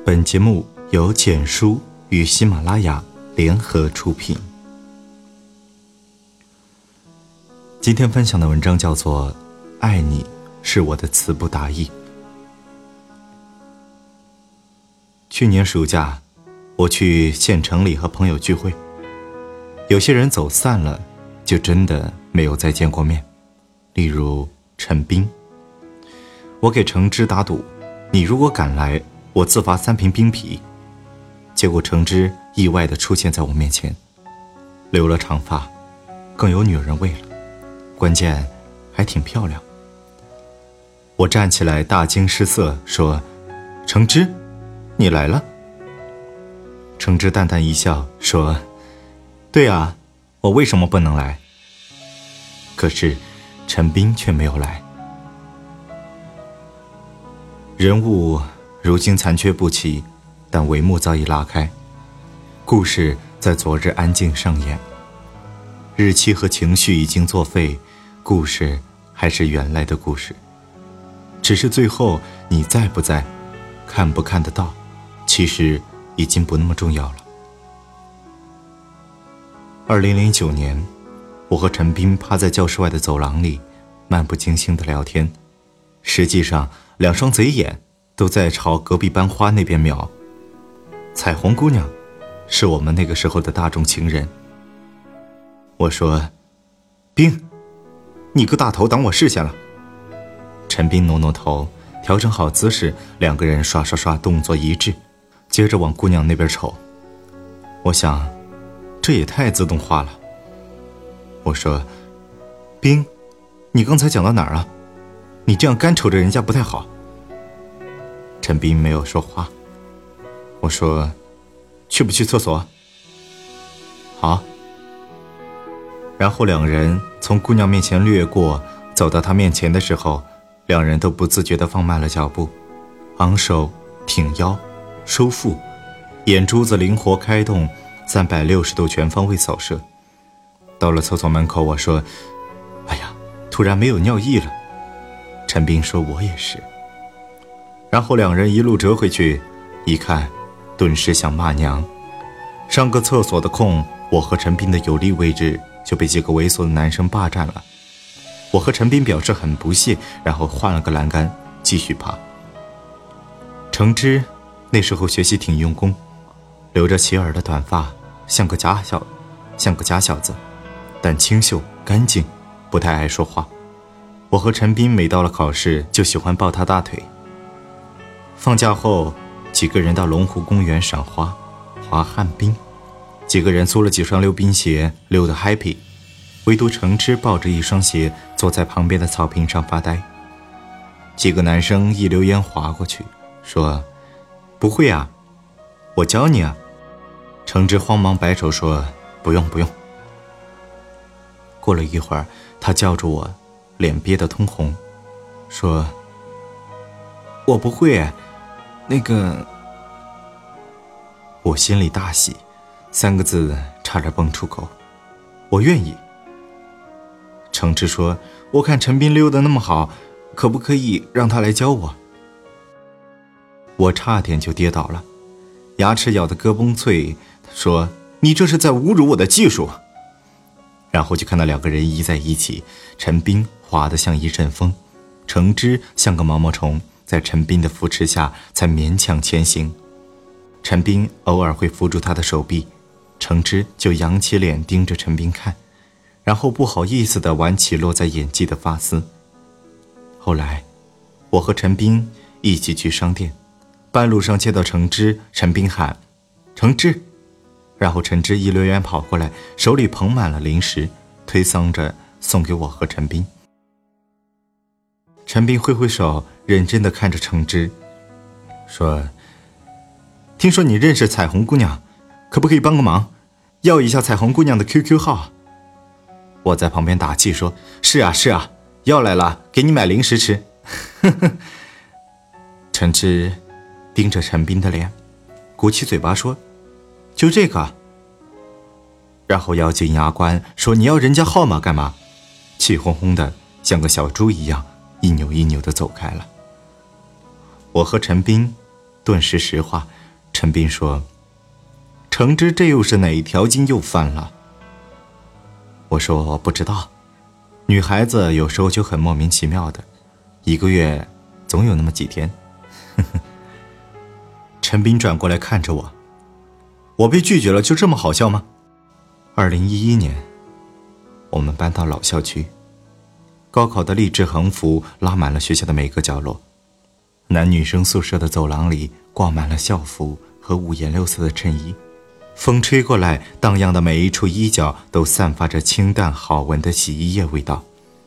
本节目由简书与喜马拉雅联合出品。今天分享的文章叫做《爱你是我的词不达意》。去年暑假，我去县城里和朋友聚会，有些人走散了，就真的没有再见过面。例如陈斌，我给橙汁打赌，你如果敢来，我自罚3瓶冰啤。结果橙汁意外地出现在我面前，留了长发，更有女人味了，关键还挺漂亮。我站起来大惊失色，说：橙汁，你来了？橙汁淡淡一笑，说：对啊，我为什么不能来？可是陈斌却没有来。人物如今残缺不齐，但帷幕早已拉开，故事在昨日安静上演，日期和情绪已经作废，故事还是原来的故事，只是最后你在不在，看不看得到，其实已经不那么重要了。2009年，我和陈斌趴在教室外的走廊里漫不经心地聊天，实际上2双贼眼都在朝隔壁班花那边瞄。彩虹姑娘是我们那个时候的大众情人。我说：斌，你个大头挡我视线了。陈斌挪挪头，调整好姿势，2个人刷刷刷动作一致，接着往姑娘那边瞅。我想这也太自动化了。我说：斌，你刚才讲到哪儿了？你这样干瞅着人家不太好。陈斌没有说话。我说：去不去厕所？好。然后2人从姑娘面前掠过，走到她面前的时候，2人都不自觉地放慢了脚步，昂首挺腰收腹，眼珠子灵活开动，360度全方位扫射。到了厕所门口，我说：哎呀，突然没有尿意了。陈斌说：我也是。然后2人一路折回去，一看顿时想骂娘。上个厕所的空，我和陈斌的有利位置就被几个猥琐的男生霸占了。我和陈斌表示很不屑，然后换了个栏杆继续爬。橙汁那时候学习挺用功，留着齐耳的短发，像个假小子，但清秀干净，不太爱说话。我和陈斌每到了考试就喜欢抱他大腿。放假后，几个人到龙湖公园赏花滑旱冰，几个人租了几双溜冰鞋，溜得 happy， 唯独橙汁抱着1双鞋坐在旁边的草坪上发呆。几个男生一溜烟滑过去，说：不会啊，我教你啊。橙汁慌忙摆手说：不用。过了一会儿，他叫住我，脸憋得通红，说：我不会，那个……我心里大喜，3个字差点蹦出口，我愿意。橙汁说：我看陈斌溜得那么好，可不可以让他来教我？我差点就跌倒了，牙齿咬得咯嘣脆，说：你这是在侮辱我的技术。然后就看到2个人依在一起，陈斌滑得像一阵风，橙汁像个毛毛虫，在陈斌的扶持下才勉强前行。陈斌偶尔会扶住他的手臂，橙汁就扬起脸盯着陈斌看，然后不好意思地挽起落在眼际的发丝。后来我和陈斌一起去商店，半路上见到橙汁，陈斌喊：橙汁，然后橙汁一溜烟跑过来，手里捧满了零食，推搡着送给我和陈斌。陈斌挥挥手，认真地看着橙汁，说：听说你认识彩虹姑娘，可不可以帮个忙，要一下彩虹姑娘的 QQ 号？我在旁边打气说：是啊，要来了，给你买零食吃。橙汁盯着陈斌的脸，鼓起嘴巴说：就这个。然后咬紧牙关说：你要人家号码干嘛？气哄哄的像个小猪一样一扭一扭地走开了。我和陈斌顿时石化。陈斌说：“橙汁，这又是哪条筋又翻了？”我说：“不知道，女孩子有时候就很莫名其妙的，一个月总有那么几天。”陈斌转过来看着我：“我被拒绝了，就这么好笑吗？”2011年，我们搬到老校区，高考的励志横幅拉满了学校的每个角落，男女生宿舍的走廊里挂满了校服和五颜六色的衬衣，风吹过来，荡漾的每一处衣角都散发着清淡好闻的洗衣液味道。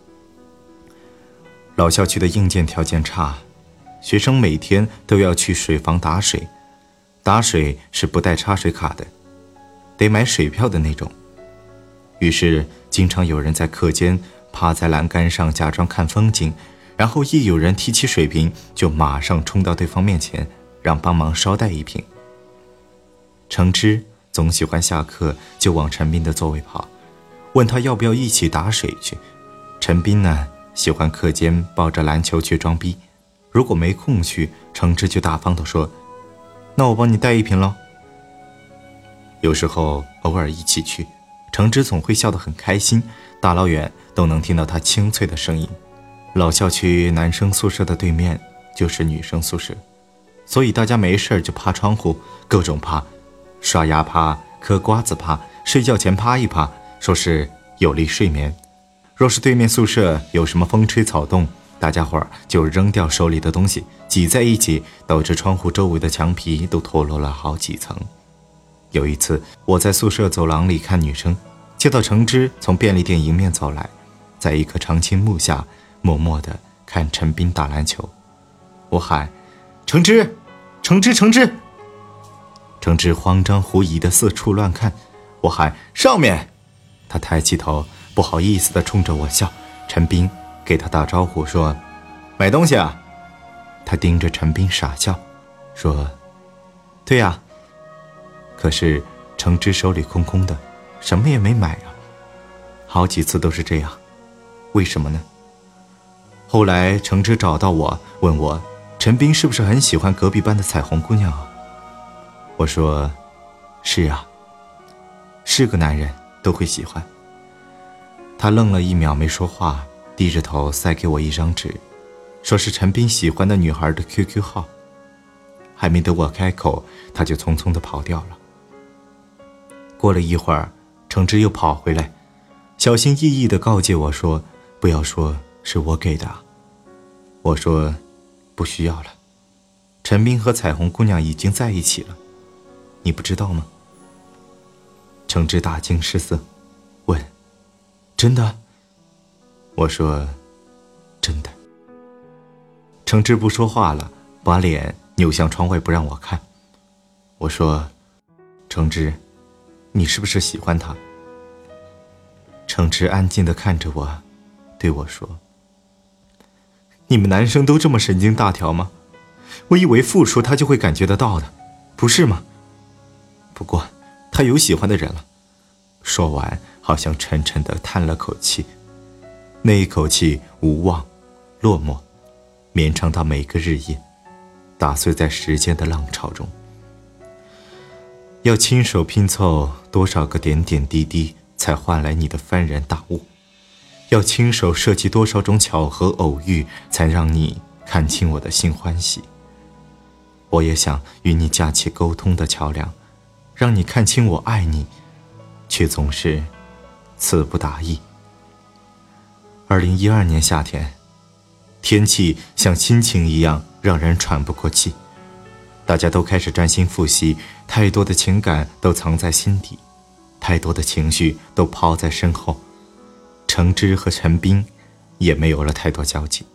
老校区的硬件条件差，学生每天都要去水房打水，打水是不带插水卡的，得买水票的那种。于是经常有人在课间趴在栏杆上假装看风景，然后一有人提起水瓶，就马上冲到对方面前，让帮忙捎带一瓶。橙汁总喜欢下课就往陈斌的座位跑，问他要不要一起打水去。陈斌呢，喜欢课间抱着篮球去装逼，如果没空去，橙汁就大方地说：“那我帮你带一瓶咯。”有时候偶尔一起去，橙汁总会笑得很开心，大老远都能听到他清脆的声音。老校区男生宿舍的对面就是女生宿舍，所以大家没事就趴窗户，各种趴，刷牙趴，嗑瓜子趴，睡觉前趴一趴，说是有利睡眠。若是对面宿舍有什么风吹草动，大家伙儿就扔掉手里的东西，挤在一起，导致窗户周围的墙皮都脱落了好几层。有一次，我在宿舍走廊里看女生，接到橙汁从便利店迎面走来，在一棵常青木下默默地看陈斌打篮球。我喊：“橙汁，橙汁，橙汁！”橙汁慌张狐疑地四处乱看。我喊：“上面！”他抬起头，不好意思地冲着我笑。陈斌给他打招呼说：“买东西啊？”他盯着陈斌傻笑，说：“对呀。”可是橙汁手里空空的，什么也没买啊。好几次都是这样，为什么呢？后来橙汁找到我，问我陈斌是不是很喜欢隔壁班的彩虹姑娘啊？我说：“是啊，是个男人都会喜欢。”他愣了一秒没说话，低着头塞给我一张纸，说是陈斌喜欢的女孩的 QQ 号。还没等我开口，他就匆匆地跑掉了。过了一会儿，橙汁又跑回来，小心翼翼地告诫我说：“不要说是我给的。”我说：“不需要了，陈斌和彩虹姑娘已经在一起了，你不知道吗？”橙汁大惊失色，问：“真的？”我说：“真的。”橙汁不说话了，把脸扭向窗外不让我看。我说：“橙汁，你是不是喜欢他？”橙汁安静地看着我，对我说：“你们男生都这么神经大条吗？我以为付出他就会感觉得到的，不是吗？不过他有喜欢的人了。”说完好像沉沉地叹了口气，那一口气无望落寞，绵长到每个日夜，打碎在时间的浪潮中。要亲手拼凑多少个点点滴滴，才换来你的幡然大悟？要亲手设计多少种巧合偶遇，才让你看清我的心欢喜？我也想与你架起沟通的桥梁，让你看清我爱你，却总是词不达意。2012年夏天，天气像心情一样让人喘不过气，大家都开始专心复习，太多的情感都藏在心底，太多的情绪都抛在身后。橙汁和陈斌也没有了太多交集。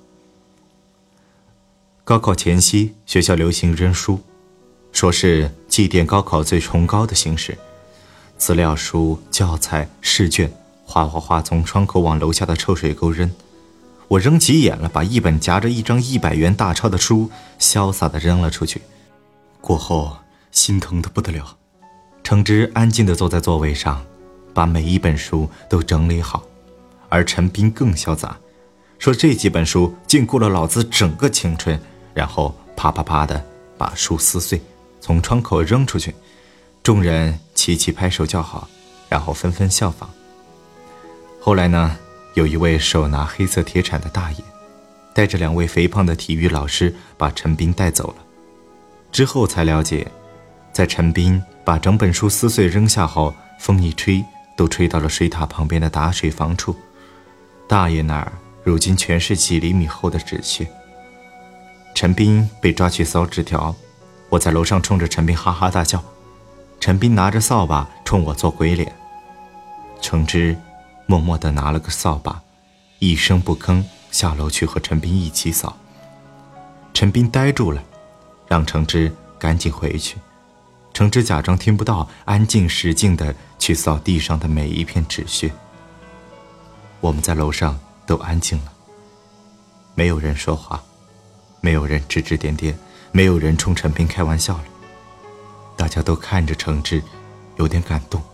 高考前夕，学校流行扔书，说是祭奠高考最崇高的形式。资料书、教材、试卷哗哗哗从窗口往楼下的臭水沟扔。我扔急眼了，把一本夹着一张100元大钞的书潇洒地扔了出去。过后心疼得不得了。橙汁安静地坐在座位上，把每一本书都整理好，而陈斌更潇洒，说这几本书禁锢了老子整个青春，然后啪啪啪地把书撕碎，从窗口扔出去，众人齐齐拍手叫好，然后纷纷效仿。后来呢，有一位手拿黑色铁铲的大爷，带着2位肥胖的体育老师把陈斌带走了。之后才了解，在陈斌把整本书撕碎扔下后，风一吹都吹到了水塔旁边的打水房处。大爷那儿如今全是几厘米厚的纸屑。陈斌被抓去扫纸条，我在楼上冲着陈斌哈哈大笑，陈斌拿着扫把冲我做鬼脸。程之默默地拿了个扫把，一声不吭下楼去和陈斌一起扫。陈斌呆住了，让程之赶紧回去。程之假装听不到，安静使劲地去扫地上的每一片纸屑。我们在楼上都安静了，没有人说话，没有人指指点点，没有人冲陈斌开玩笑了。大家都看着程之，有点感动。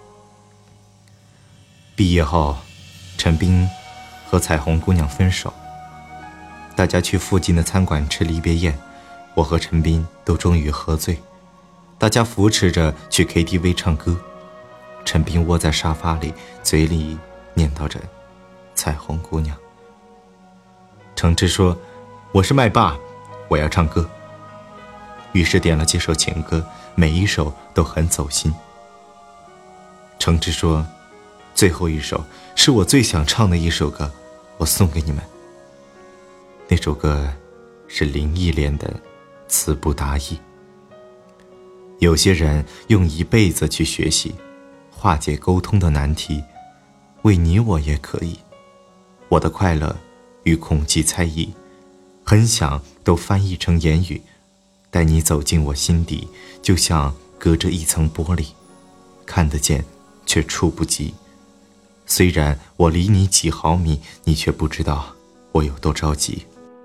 毕业后，陈斌和彩虹姑娘分手，大家去附近的餐馆吃离别宴，我和陈斌都终于喝醉，大家扶持着去 KTV 唱歌，陈斌窝在沙发里，嘴里念叨着彩虹姑娘。程之说，我是麦霸，我要唱歌。于是点了几首情歌，每一首都很走心。程之说，最后一首是我最想唱的一首歌，我送给你们。那首歌是林忆莲的《词不达意》。有些人用一辈子去学习化解沟通的难题，为你我也可以。我的快乐与恐惧猜疑，很想都翻译成言语，带你走进我心底，就像隔着一层玻璃，看得见却触不及。虽然我离你几毫米，你却不知道我有多着急。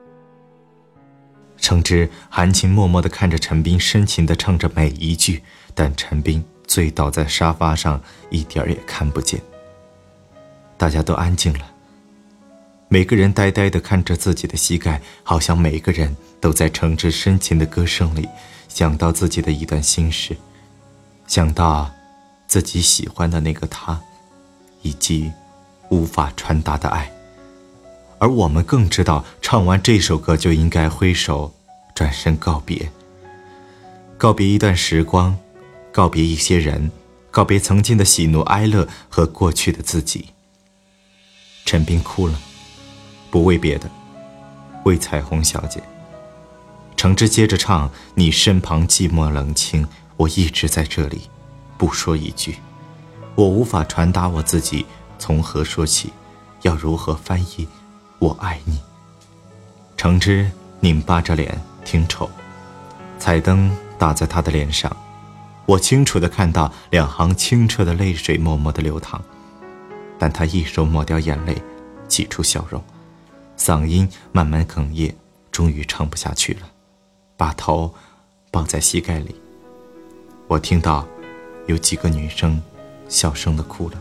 程之含情脉脉地看着陈斌深情地唱着每一句，但陈斌醉倒在沙发上，一点也看不见。大家都安静了，每个人呆呆地看着自己的膝盖，好像每个人都在程之深情的歌声里想到自己的一段心事，想到自己喜欢的那个他，以及无法传达的爱。而我们更知道，唱完这首歌就应该挥手转身告别，告别一段时光，告别一些人，告别曾经的喜怒哀乐和过去的自己。陈斌哭了，不为别的，为彩虹小姐。程之接着唱，你身旁寂寞冷清，我一直在这里，不说一句。我无法传达我自己从何说起，要如何翻译我爱你。程之拧巴着脸挺丑，彩灯打在他的脸上，我清楚地看到2行清澈的泪水默默地流淌，但他一手抹掉眼泪，挤出笑容，嗓音慢慢哽咽，终于唱不下去了，把头抱在膝盖里。我听到有几个女生小声地哭了。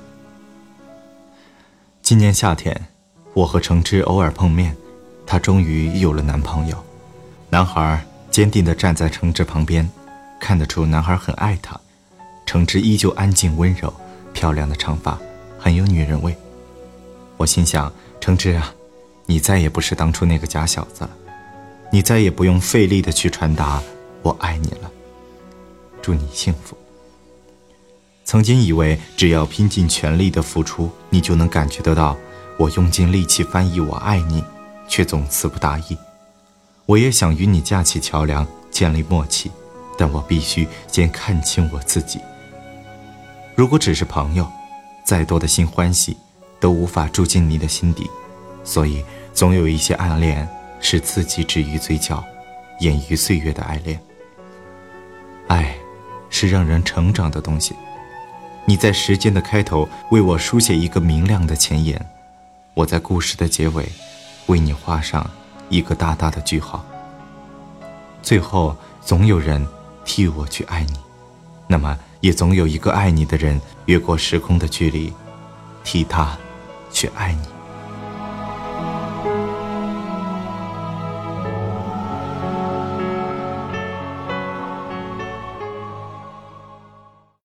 今年夏天，我和程之偶尔碰面，她终于有了男朋友。男孩坚定地站在程之旁边，看得出男孩很爱她。程之依旧安静温柔，漂亮的长发很有女人味。我心想，程之啊，你再也不是当初那个假小子了，你再也不用费力地去传达我爱你了，祝你幸福。曾经以为只要拼尽全力的付出，你就能感觉得到我用尽力气翻译我爱你，却总词不达意。我也想与你架起桥梁，建立默契，但我必须先看清我自己。如果只是朋友，再多的心欢喜都无法住进你的心底，所以总有一些暗恋是自己止于嘴角，掩于岁月的爱恋。爱是让人成长的东西，你在时间的开头为我书写一个明亮的前言，我在故事的结尾为你画上一个大大的句号。最后总有人替我去爱你，那么也总有一个爱你的人越过时空的距离，替他去爱你。